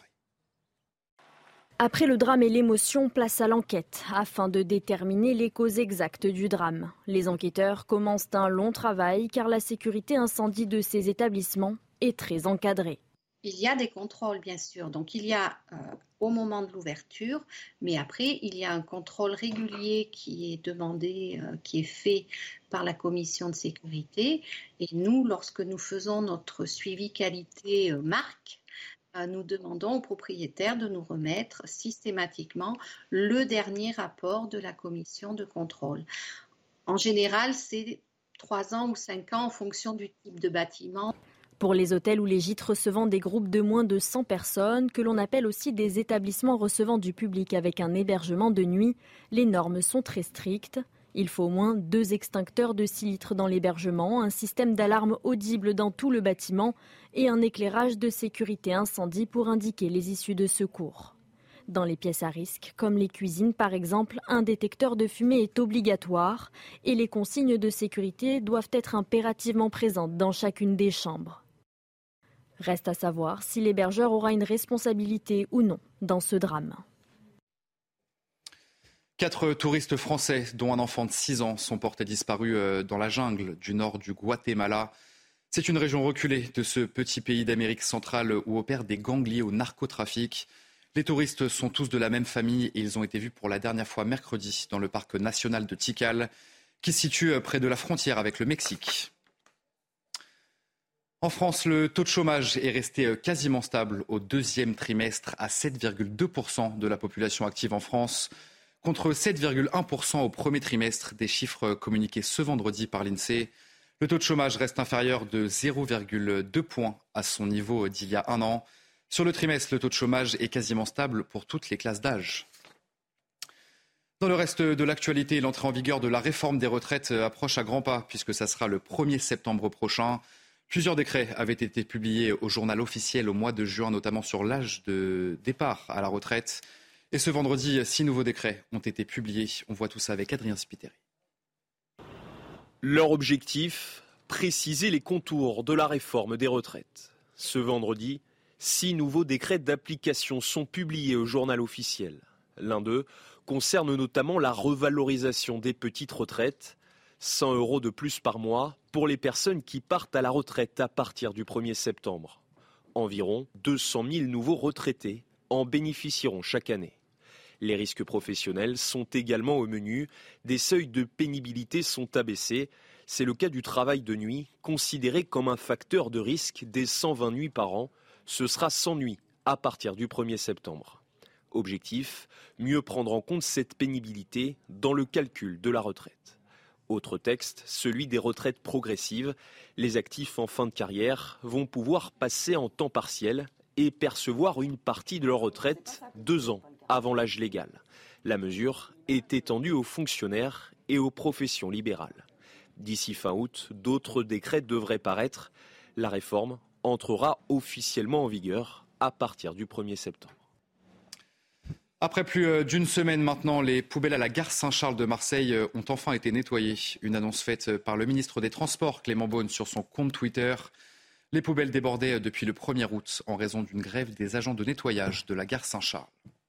Speaker 11: Après le drame et l'émotion, place à l'enquête afin de déterminer les causes exactes du drame. Les enquêteurs commencent un long travail car la sécurité incendie de ces établissements est très encadrée.
Speaker 12: Il y a des contrôles, bien sûr. Donc, il y a euh, au moment de l'ouverture, mais après, il y a un contrôle régulier qui est demandé, euh, qui est fait par la commission de sécurité. Et nous, lorsque nous faisons notre suivi qualité euh, marque, euh, nous demandons aux propriétaires de nous remettre systématiquement le dernier rapport de la commission de contrôle. En général, c'est trois ans ou cinq ans en fonction du type de bâtiment.
Speaker 11: Pour les hôtels ou les gîtes recevant des groupes de moins de cent personnes, que l'on appelle aussi des établissements recevant du public avec un hébergement de nuit, les normes sont très strictes. Il faut au moins deux extincteurs de six litres dans l'hébergement, un système d'alarme audible dans tout le bâtiment et un éclairage de sécurité incendie pour indiquer les issues de secours. Dans les pièces à risque, comme les cuisines par exemple, un détecteur de fumée est obligatoire et les consignes de sécurité doivent être impérativement présentes dans chacune des chambres. Reste à savoir si l'hébergeur aura une responsabilité ou non dans ce drame.
Speaker 4: Quatre touristes français, dont un enfant de six ans, sont portés disparus dans la jungle du nord du Guatemala. C'est une région reculée de ce petit pays d'Amérique centrale où opèrent des gangs liés au narcotrafic. Les touristes sont tous de la même famille et ils ont été vus pour la dernière fois mercredi dans le parc national de Tikal, qui se situe près de la frontière avec le Mexique. En France, le taux de chômage est resté quasiment stable au deuxième trimestre à sept virgule deux pour cent de la population active en France, contre sept virgule un pour cent au premier trimestre, des chiffres communiqués ce vendredi par l'INSEE. Le taux de chômage reste inférieur de zéro virgule deux points à son niveau d'il y a un an. Sur le trimestre, le taux de chômage est quasiment stable pour toutes les classes d'âge. Dans le reste de l'actualité, l'entrée en vigueur de la réforme des retraites approche à grands pas, puisque ça sera le premier septembre prochain. Plusieurs décrets avaient été publiés au journal officiel au mois de juin, notamment sur l'âge de départ à la retraite. Et ce vendredi, six nouveaux décrets ont été publiés. On voit tout ça avec Adrien Spiteri.
Speaker 9: Leur objectif, préciser les contours de la réforme des retraites. Ce vendredi, six nouveaux décrets d'application sont publiés au journal officiel. L'un d'eux concerne notamment la revalorisation des petites retraites. cent euros de plus par mois pour les personnes qui partent à la retraite à partir du premier septembre. Environ deux cent mille nouveaux retraités en bénéficieront chaque année. Les risques professionnels sont également au menu. Des seuils de pénibilité sont abaissés. C'est le cas du travail de nuit, considéré comme un facteur de risque des cent vingt nuits par an. Ce sera cent nuits à partir du premier septembre. Objectif, mieux prendre en compte cette pénibilité dans le calcul de la retraite. Autre texte, celui des retraites progressives. Les actifs en fin de carrière vont pouvoir passer en temps partiel et percevoir une partie de leur retraite deux ans avant l'âge légal. La mesure est étendue aux fonctionnaires et aux professions libérales. D'ici fin août, d'autres décrets devraient paraître. La réforme entrera officiellement en vigueur à partir du premier septembre.
Speaker 4: Après plus d'une semaine maintenant, les poubelles à la gare Saint-Charles de Marseille ont enfin été nettoyées. Une annonce faite par le ministre des Transports, Clément Beaune, sur son compte Twitter. Les poubelles débordaient depuis le premier août en raison d'une grève des agents de nettoyage de la gare Saint-Charles.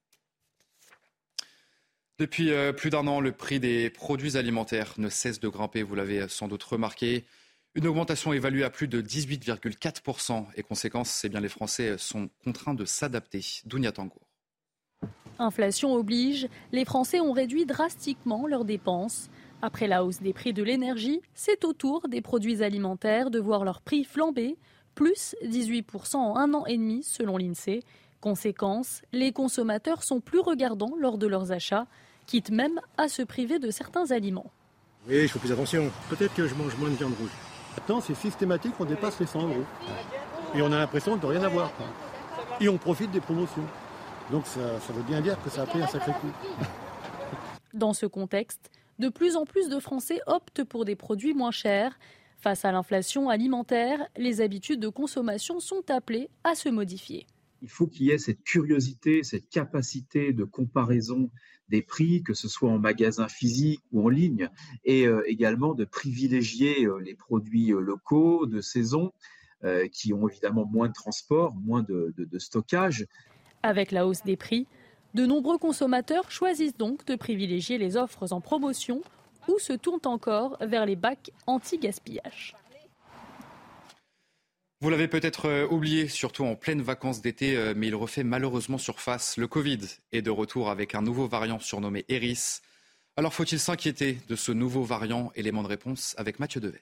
Speaker 4: Depuis plus d'un an, le prix des produits alimentaires ne cesse de grimper, vous l'avez sans doute remarqué. Une augmentation évaluée à plus de dix-huit virgule quatre pour cent. Et conséquence, c'est bien les Français sont contraints de s'adapter. Dounia Tangour.
Speaker 13: Inflation oblige, les Français ont réduit drastiquement leurs dépenses. Après la hausse des prix de l'énergie, c'est au tour des produits alimentaires de voir leur prix flamber, plus dix-huit pour cent en un an et demi selon l'INSEE. Conséquence, les consommateurs sont plus regardants lors de leurs achats, quitte même à se priver de certains aliments.
Speaker 14: Oui, je fais plus attention. Peut-être que je mange moins de viande rouge. Maintenant, c'est systématique, on dépasse les cent euros. Et on a l'impression de rien avoir. Et on profite des promotions. Donc ça, ça veut bien dire que ça a pris un sacré coup.
Speaker 13: Dans ce contexte, de plus en plus de Français optent pour des produits moins chers. Face à l'inflation alimentaire, les habitudes de consommation sont appelées à se modifier.
Speaker 15: Il faut qu'il y ait cette curiosité, cette capacité de comparaison des prix, que ce soit en magasin physique ou en ligne, et euh, également de privilégier euh, les produits euh, locaux, de saison, euh, qui ont évidemment moins de transport, moins de, de, de stockage.
Speaker 13: Avec la hausse des prix, de nombreux consommateurs choisissent donc de privilégier les offres en promotion ou se tournent encore vers les bacs anti-gaspillage.
Speaker 4: Vous l'avez peut-être oublié, surtout en pleine vacances d'été, mais il refait malheureusement surface. Le Covid est de retour avec un nouveau variant surnommé Eris. Alors faut-il s'inquiéter de ce nouveau variant? Élément de réponse avec Mathieu Devez.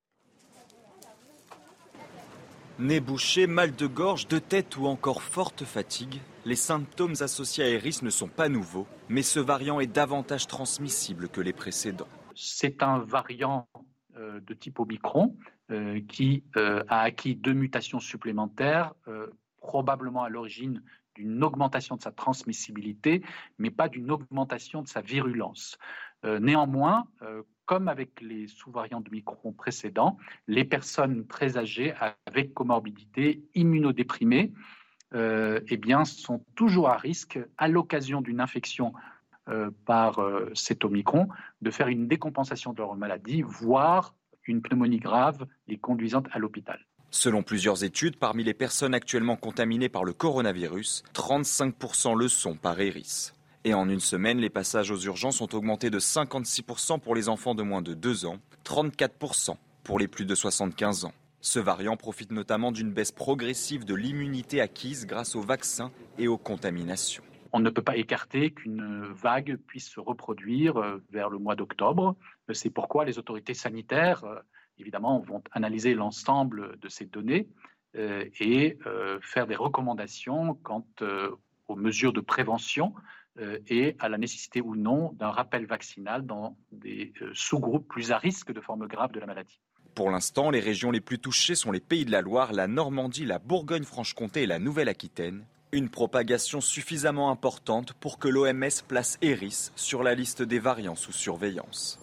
Speaker 17: Nez bouché, mal de gorge, de tête ou encore forte fatigue, les symptômes associés à Eris ne sont pas nouveaux, mais ce variant est davantage transmissible que les précédents.
Speaker 18: C'est un variant euh, de type Omicron euh, qui euh, a acquis deux mutations supplémentaires, euh, probablement à l'origine d'une augmentation de sa transmissibilité, mais pas d'une augmentation de sa virulence. Euh, néanmoins, euh, comme avec les sous-variants de Omicron précédents, les personnes très âgées avec comorbidité immunodéprimées euh, eh bien, sont toujours à risque, à l'occasion d'une infection euh, par euh, cet Omicron, de faire une décompensation de leur maladie, voire une pneumonie grave les conduisant à l'hôpital.
Speaker 17: Selon plusieurs études, parmi les personnes actuellement contaminées par le coronavirus, trente-cinq pour cent le sont par Eris. Et en une semaine, les passages aux urgences ont augmenté de cinquante-six pour cent pour les enfants de moins de deux ans, trente-quatre pour cent pour les plus de soixante-quinze ans. Ce variant profite notamment d'une baisse progressive de l'immunité acquise grâce aux vaccins et aux contaminations.
Speaker 18: On ne peut pas écarter qu'une vague puisse se reproduire vers le mois d'octobre. C'est pourquoi les autorités sanitaires, évidemment, vont analyser l'ensemble de ces données et faire des recommandations quant aux mesures de prévention et à la nécessité ou non d'un rappel vaccinal dans des sous-groupes plus à risque de formes graves de la maladie.
Speaker 17: Pour l'instant, les régions les plus touchées sont les Pays de la Loire, la Normandie, la Bourgogne-Franche-Comté et la Nouvelle-Aquitaine. Une propagation suffisamment importante pour que l'O M S place Eris sur la liste des variants sous surveillance.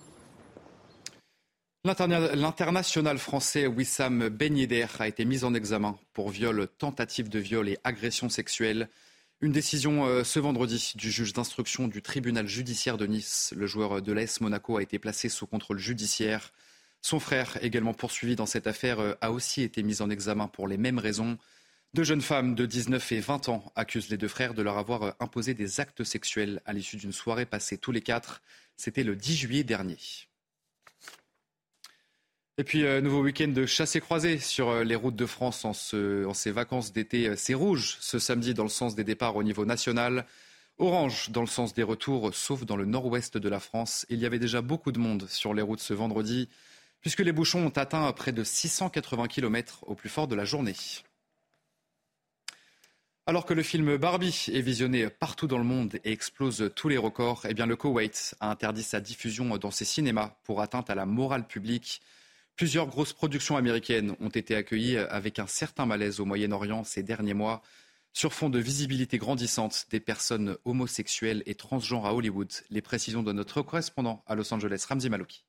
Speaker 4: L'international français Wissam Ben Yedder a été mis en examen pour viol, tentative de viol et agression sexuelle. Une décision euh, ce vendredi du juge d'instruction du tribunal judiciaire de Nice. Le joueur de l'A S Monaco a été placé sous contrôle judiciaire. Son frère, également poursuivi dans cette affaire, euh, a aussi été mis en examen pour les mêmes raisons. Deux jeunes femmes de dix-neuf et vingt ans accusent les deux frères de leur avoir euh, imposé des actes sexuels à l'issue d'une soirée passée tous les quatre. C'était le dix juillet dernier. Et puis, euh, nouveau week-end de chassé-croisé sur euh, les routes de France en, ce, en ces vacances d'été. C'est rouge ce samedi dans le sens des départs au niveau national. Orange dans le sens des retours, sauf dans le nord-ouest de la France. Il y avait déjà beaucoup de monde sur les routes ce vendredi, puisque les bouchons ont atteint près de six cent quatre-vingts kilomètres au plus fort de la journée. Alors que le film Barbie est visionné partout dans le monde et explose tous les records, eh bien le Koweït a interdit sa diffusion dans ses cinémas pour atteinte à la morale publique. Plusieurs grosses productions américaines ont été accueillies avec un certain malaise au Moyen-Orient ces derniers mois, sur fond de visibilité grandissante des personnes homosexuelles et transgenres à Hollywood. Les précisions de notre correspondant à Los Angeles, Ramzi Malouki.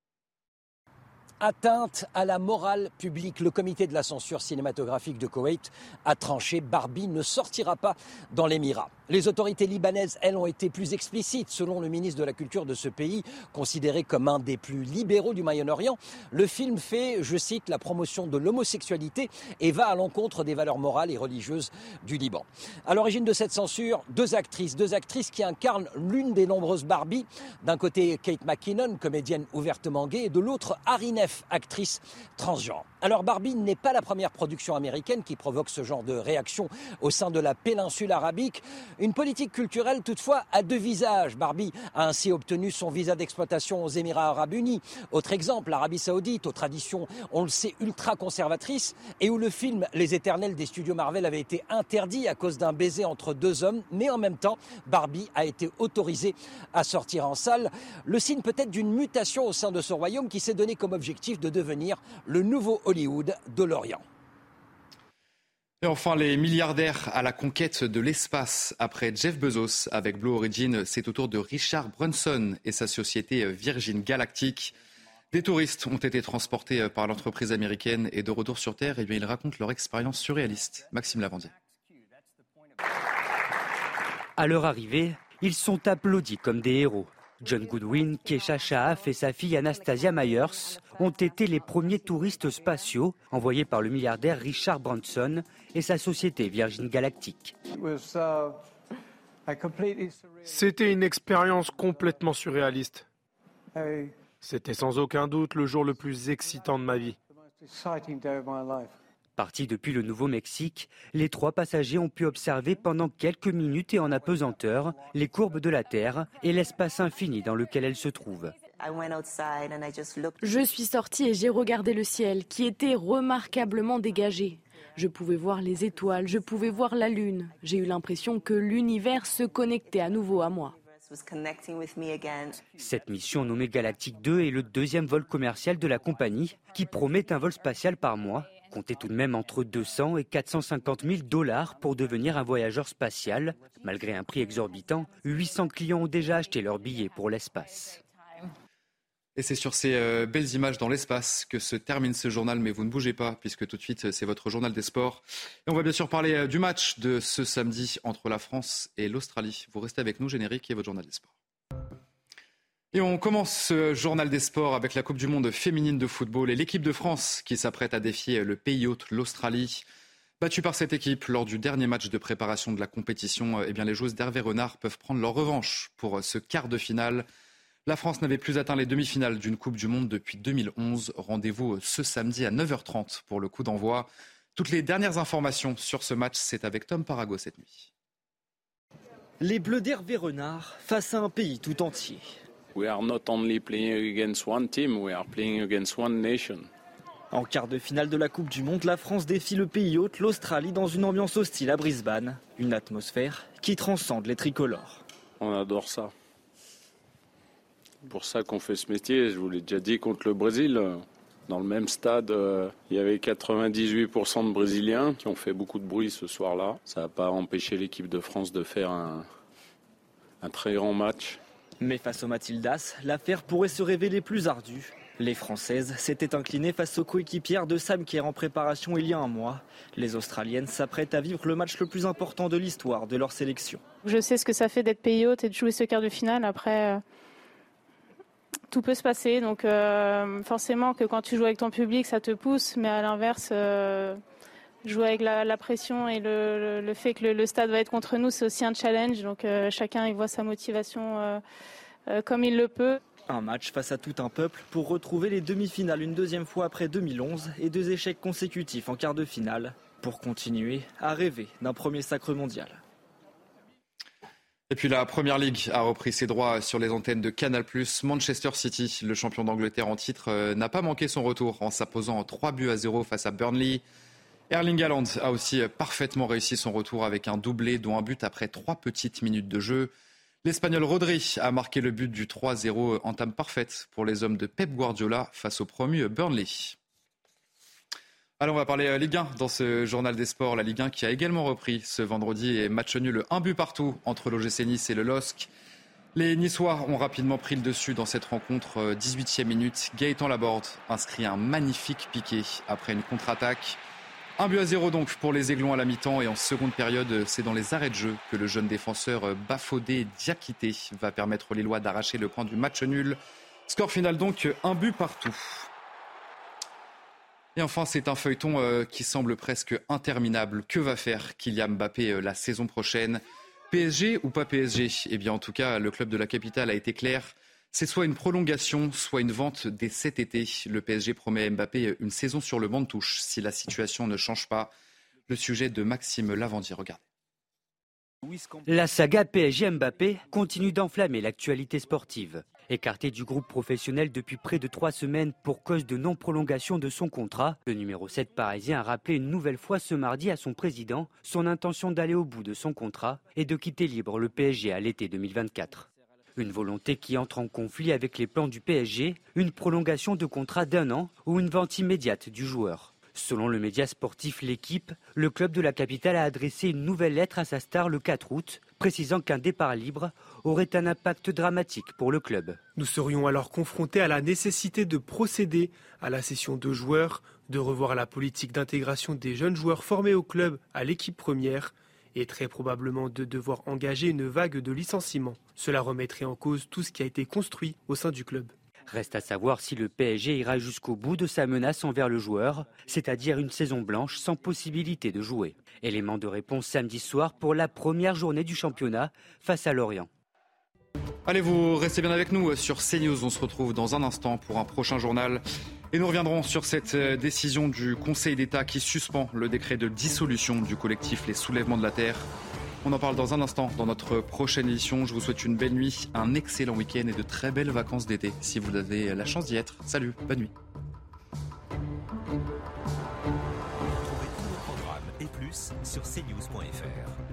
Speaker 16: Atteinte à la morale publique, le comité de la censure cinématographique de Koweït a tranché. Barbie ne sortira pas dans l'Émirat. Les autorités libanaises, elles, ont été plus explicites. Selon le ministre de la Culture de ce pays, considéré comme un des plus libéraux du Moyen-Orient, le film fait, je cite, la promotion de l'homosexualité et va à l'encontre des valeurs morales et religieuses du Liban. À l'origine de cette censure, deux actrices, deux actrices qui incarnent l'une des nombreuses Barbie. D'un côté, Kate McKinnon, comédienne ouvertement gay, et de l'autre, Hari Nef, actrice transgenre. Alors Barbie n'est pas la première production américaine qui provoque ce genre de réaction au sein de la péninsule arabique. Une politique culturelle toutefois à deux visages. Barbie a ainsi obtenu son visa d'exploitation aux Émirats arabes unis. Autre exemple, l'Arabie saoudite, aux traditions, on le sait, ultra-conservatrices, et où le film Les Éternels des studios Marvel avait été interdit à cause d'un baiser entre deux hommes. Mais en même temps, Barbie a été autorisée à sortir en salle. Le signe peut-être d'une mutation au sein de ce royaume qui s'est donné comme objectif de devenir le nouveau Hollywood de l'Orient.
Speaker 4: Et enfin, les milliardaires à la conquête de l'espace. Après Jeff Bezos avec Blue Origin, c'est au tour de Richard Branson et sa société Virgin Galactic. Des touristes ont été transportés par l'entreprise américaine et de retour sur Terre, eh bien, ils racontent leur expérience surréaliste. Maxime Lavandier.
Speaker 20: À leur arrivée, ils sont applaudis comme des héros. John Goodwin, Keisha Shahaf et sa fille Anastasia Myers ont été les premiers touristes spatiaux envoyés par le milliardaire Richard Branson et sa société Virgin Galactic.
Speaker 1: C'était une expérience complètement surréaliste. C'était sans aucun doute le jour le plus excitant de ma vie.
Speaker 20: Partis depuis le Nouveau-Mexique, les trois passagers ont pu observer pendant quelques minutes et en apesanteur les courbes de la Terre et l'espace infini dans lequel elle se trouve.
Speaker 19: Je suis sortie et j'ai regardé le ciel qui était remarquablement dégagé. Je pouvais voir les étoiles, je pouvais voir la Lune. J'ai eu l'impression que l'univers se connectait à nouveau à moi.
Speaker 20: Cette mission nommée Galactic deux est le deuxième vol commercial de la compagnie qui promet un vol spatial par mois. Comptez tout de même entre deux cents et quatre cent cinquante mille dollars pour devenir un voyageur spatial. Malgré un prix exorbitant, huit cents clients ont déjà acheté leur billet pour l'espace.
Speaker 4: Et c'est sur ces euh, belles images dans l'espace que se termine ce journal, mais vous ne bougez pas, puisque tout de suite, c'est votre journal des sports. Et on va bien sûr parler euh, du match de ce samedi entre la France et l'Australie. Vous restez avec nous, générique, et votre journal des sports. Et on commence ce journal des sports avec la Coupe du Monde féminine de football et l'équipe de France qui s'apprête à défier le pays hôte, l'Australie. Battue par cette équipe lors du dernier match de préparation de la compétition, eh bien les joueuses d'Hervé Renard peuvent prendre leur revanche pour ce quart de finale. La France n'avait plus atteint les demi-finales d'une Coupe du Monde depuis deux mille onze. Rendez-vous ce samedi à neuf heures trente pour le coup d'envoi. Toutes les dernières informations sur ce match, c'est avec Tom Parago cette nuit.
Speaker 21: Les Bleus d'Hervé Renard face à un pays tout entier.
Speaker 22: We are not only playing against one team, we are playing against one nation.
Speaker 21: En quart de finale de la Coupe du Monde, la France défie le pays hôte, l'Australie, dans une ambiance hostile à Brisbane. Une atmosphère qui transcende les tricolores.
Speaker 22: On adore ça. C'est pour ça qu'on fait ce métier. Je vous l'ai déjà dit, contre le Brésil, dans le même stade, euh, il y avait quatre-vingt-dix-huit pour cent de Brésiliens qui ont fait beaucoup de bruit ce soir-là. Ça n'a pas empêché l'équipe de France de faire un, un très grand match.
Speaker 21: Mais face aux Matildas, l'affaire pourrait se révéler plus ardue. Les Françaises s'étaient inclinées face aux coéquipières de Sam Kerr en préparation il y a un mois. Les Australiennes s'apprêtent à vivre le match le plus important de l'histoire de leur sélection.
Speaker 23: Je sais ce que ça fait d'être pays hôte et de jouer ce quart de finale. Après, euh, tout peut se passer. Donc euh, forcément que quand tu joues avec ton public, ça te pousse. Mais à l'inverse, euh, jouer avec la, la pression et le, le, le fait que le, le stade va être contre nous, c'est aussi un challenge. Donc euh, chacun il voit sa motivation euh, euh, comme il le peut.
Speaker 21: Un match face à tout un peuple pour retrouver les demi-finales une deuxième fois après deux mille onze et deux échecs consécutifs en quart de finale pour continuer à rêver d'un premier sacre mondial.
Speaker 4: Et puis la Premier League a repris ses droits sur les antennes de Canal plus. Manchester City, le champion d'Angleterre en titre, euh, n'a pas manqué son retour en s'imposant en trois buts à zéro face à Burnley. Erling Haaland a aussi parfaitement réussi son retour avec un doublé, dont un but après trois petites minutes de jeu. L'Espagnol Rodri a marqué le but du trois zéro, entame parfaite pour les hommes de Pep Guardiola face au promu Burnley. Alors on va parler Ligue un dans ce journal des sports. La Ligue un qui a également repris ce vendredi et match nul un but partout entre l'O G C Nice et le L O S C. Les Niçois ont rapidement pris le dessus dans cette rencontre. dix-huitième minute, Gaëtan Laborde inscrit un magnifique piqué après une contre-attaque. Un but à zéro donc pour les Aiglons à la mi-temps et en seconde période, c'est dans les arrêts de jeu que le jeune défenseur Bafodé Diakité va permettre aux Lillois d'arracher le point du match nul. Score final donc, un but partout. Et enfin, c'est un feuilleton qui semble presque interminable. Que va faire Kylian Mbappé la saison prochaine ? P S G ou pas P S G ? Eh bien en tout cas, le club de la capitale a été clair. C'est soit une prolongation, soit une vente dès cet été. Le P S G promet à Mbappé une saison sur le banc de touche si la situation ne change pas. Le sujet de Maxime Lavandier, regardez.
Speaker 20: La saga P S G Mbappé continue d'enflammer l'actualité sportive. Écarté du groupe professionnel depuis près de trois semaines pour cause de non-prolongation de son contrat, le numéro sept parisien a rappelé une nouvelle fois ce mardi à son président son intention d'aller au bout de son contrat et de quitter libre le P S G à l'été deux mille vingt-quatre. Une volonté qui entre en conflit avec les plans du P S G, une prolongation de contrat d'un an ou une vente immédiate du joueur. Selon le média sportif L'Équipe, le club de la capitale a adressé une nouvelle lettre à sa star le quatre août, précisant qu'un départ libre aurait un impact dramatique pour le club.
Speaker 1: Nous serions alors confrontés à la nécessité de procéder à la cession de joueurs, de revoir la politique d'intégration des jeunes joueurs formés au club à l'équipe première, et très probablement de devoir engager une vague de licenciements. Cela remettrait en cause tout ce qui a été construit au sein du club.
Speaker 20: Reste à savoir si le P S G ira jusqu'au bout de sa menace envers le joueur, c'est-à-dire une saison blanche sans possibilité de jouer. Élément de réponse samedi soir pour la première journée du championnat face à Lorient.
Speaker 4: Allez, vous restez bien avec nous sur CNews. On se retrouve dans un instant pour un prochain journal. Et nous reviendrons sur cette décision du Conseil d'État qui suspend le décret de dissolution du collectif Les Soulèvements de la Terre. On en parle dans un instant dans notre prochaine édition. Je vous souhaite une belle nuit, un excellent week-end et de très belles vacances d'été si vous avez la chance d'y être. Salut, bonne nuit.
Speaker 2: Retrouvez tous nos programmes et plus sur c news point f r.